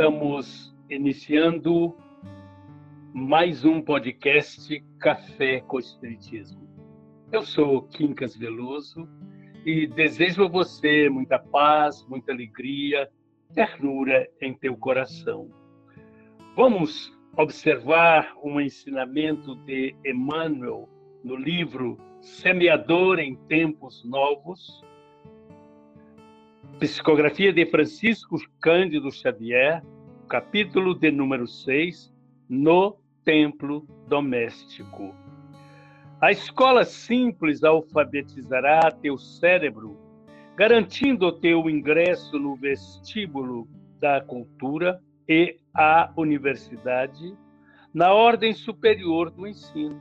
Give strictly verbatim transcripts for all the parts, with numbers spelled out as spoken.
Estamos iniciando mais um podcast Café com Espiritismo. Eu sou Quincas Veloso e desejo a você muita paz, muita alegria, ternura em teu coração. Vamos observar um ensinamento de Emmanuel no livro Semeador em Tempos Novos, psicografia de Francisco Cândido Xavier, capítulo de número seis, no templo doméstico. A escola simples alfabetizará teu cérebro, garantindo o teu ingresso no vestíbulo da cultura e à universidade, na ordem superior do ensino.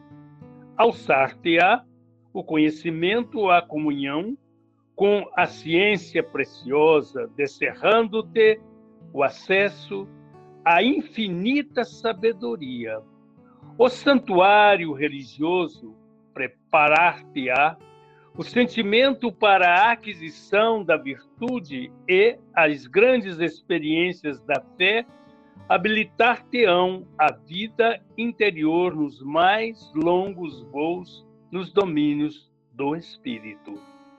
Alçar-te-á o conhecimento, a comunhão com a ciência preciosa, descerrando-te o acesso à infinita sabedoria. O santuário religioso preparar-te-á o sentimento para a aquisição da virtude e as grandes experiências da fé habilitar-te-ão a vida interior nos mais longos voos nos domínios do espírito.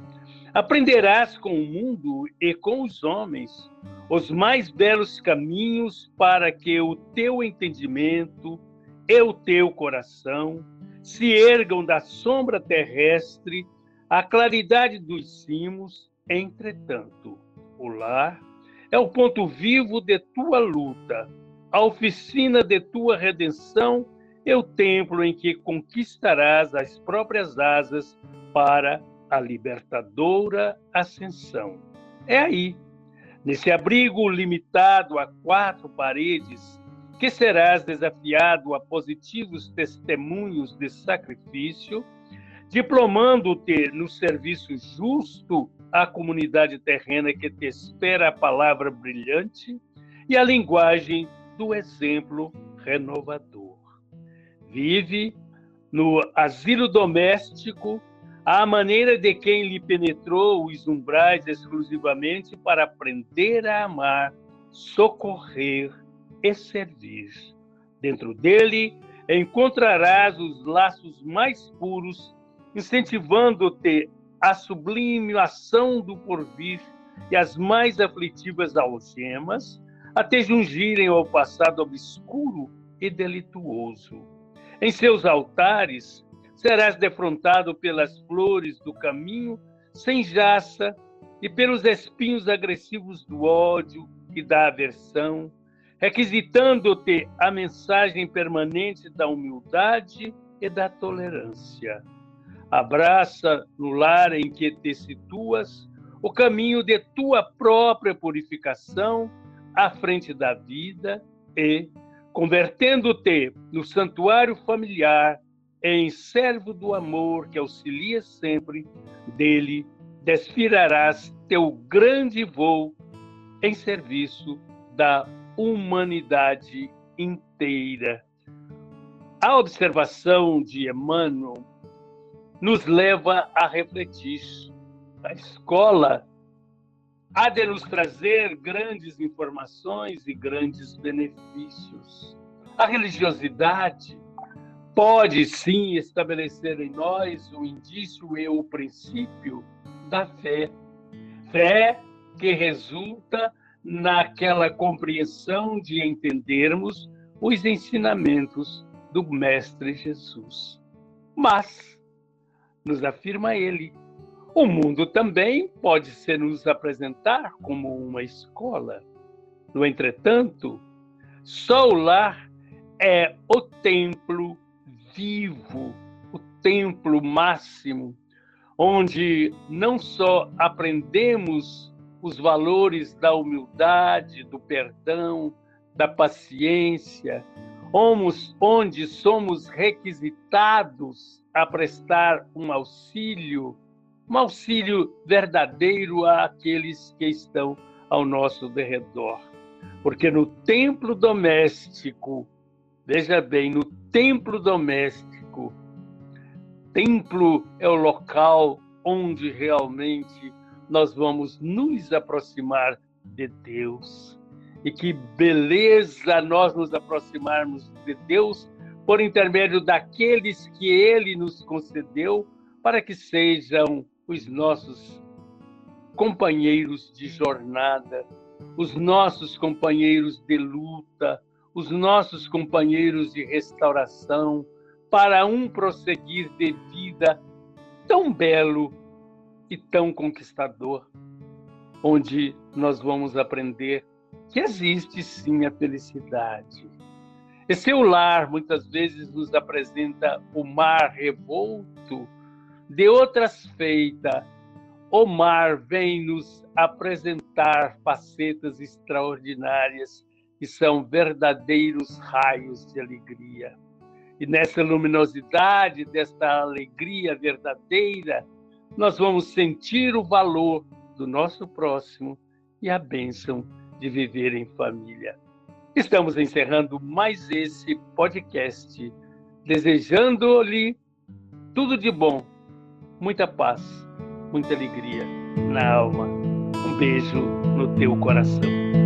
Aprenderás com o mundo e com os homens os mais belos caminhos para que o teu entendimento e o teu coração se ergam da sombra terrestre à claridade dos cimos. Entretanto, o lar é o ponto vivo de tua luta, a oficina de tua redenção e o templo em que conquistarás as próprias asas para a libertadora ascensão. É aí, nesse abrigo limitado a quatro paredes, que serás desafiado a positivos testemunhos de sacrifício, diplomando-te no serviço justo à comunidade terrena que te espera a palavra brilhante e a linguagem do exemplo renovador. Vive no asilo doméstico à maneira de quem lhe penetrou os umbrais exclusivamente para aprender a amar, socorrer e servir. Dentro dele encontrarás os laços mais puros, incentivando-te à sublime ação do porvir e as mais aflitivas algemas, até jungirem ao passado obscuro e delituoso. Em seus altares serás defrontado pelas flores do caminho sem jaça e pelos espinhos agressivos do ódio e da aversão, requisitando-te a mensagem permanente da humildade e da tolerância. Abraça no lar em que te situas o caminho de tua própria purificação à frente da vida e, convertendo-te no santuário familiar, em servo do amor que auxilia sempre, dele desfirarás teu grande voo em serviço da humanidade inteira. A observação de Emmanuel nos leva a refletir. A escola há de nos trazer grandes informações e grandes benefícios. A religiosidade pode, sim, estabelecer em nós o indício e o princípio da fé. Fé que resulta naquela compreensão de entendermos os ensinamentos do Mestre Jesus. Mas, nos afirma ele, o mundo também pode se nos apresentar como uma escola. No entretanto, só o lar é o templo vivo, o templo máximo, onde não só aprendemos os valores da humildade, do perdão, da paciência, onde somos requisitados a prestar um auxílio, um auxílio verdadeiro àqueles que estão ao nosso derredor. Porque no templo doméstico, veja bem, no templo doméstico, templo é o local onde realmente nós vamos nos aproximar de Deus. E que beleza nós nos aproximarmos de Deus por intermédio daqueles que Ele nos concedeu para que sejam os nossos companheiros de jornada, os nossos companheiros de luta, os nossos companheiros de restauração, para um prosseguir de vida tão belo e tão conquistador, onde nós vamos aprender que existe sim a felicidade. E seu lar muitas vezes nos apresenta o mar revolto, de outras feita, o mar vem nos apresentar facetas extraordinárias que são verdadeiros raios de alegria. E nessa luminosidade, desta alegria verdadeira, nós vamos sentir o valor do nosso próximo e a bênção de viver em família. Estamos encerrando mais esse podcast, desejando-lhe tudo de bom, muita paz, muita alegria na alma. Um beijo no teu coração.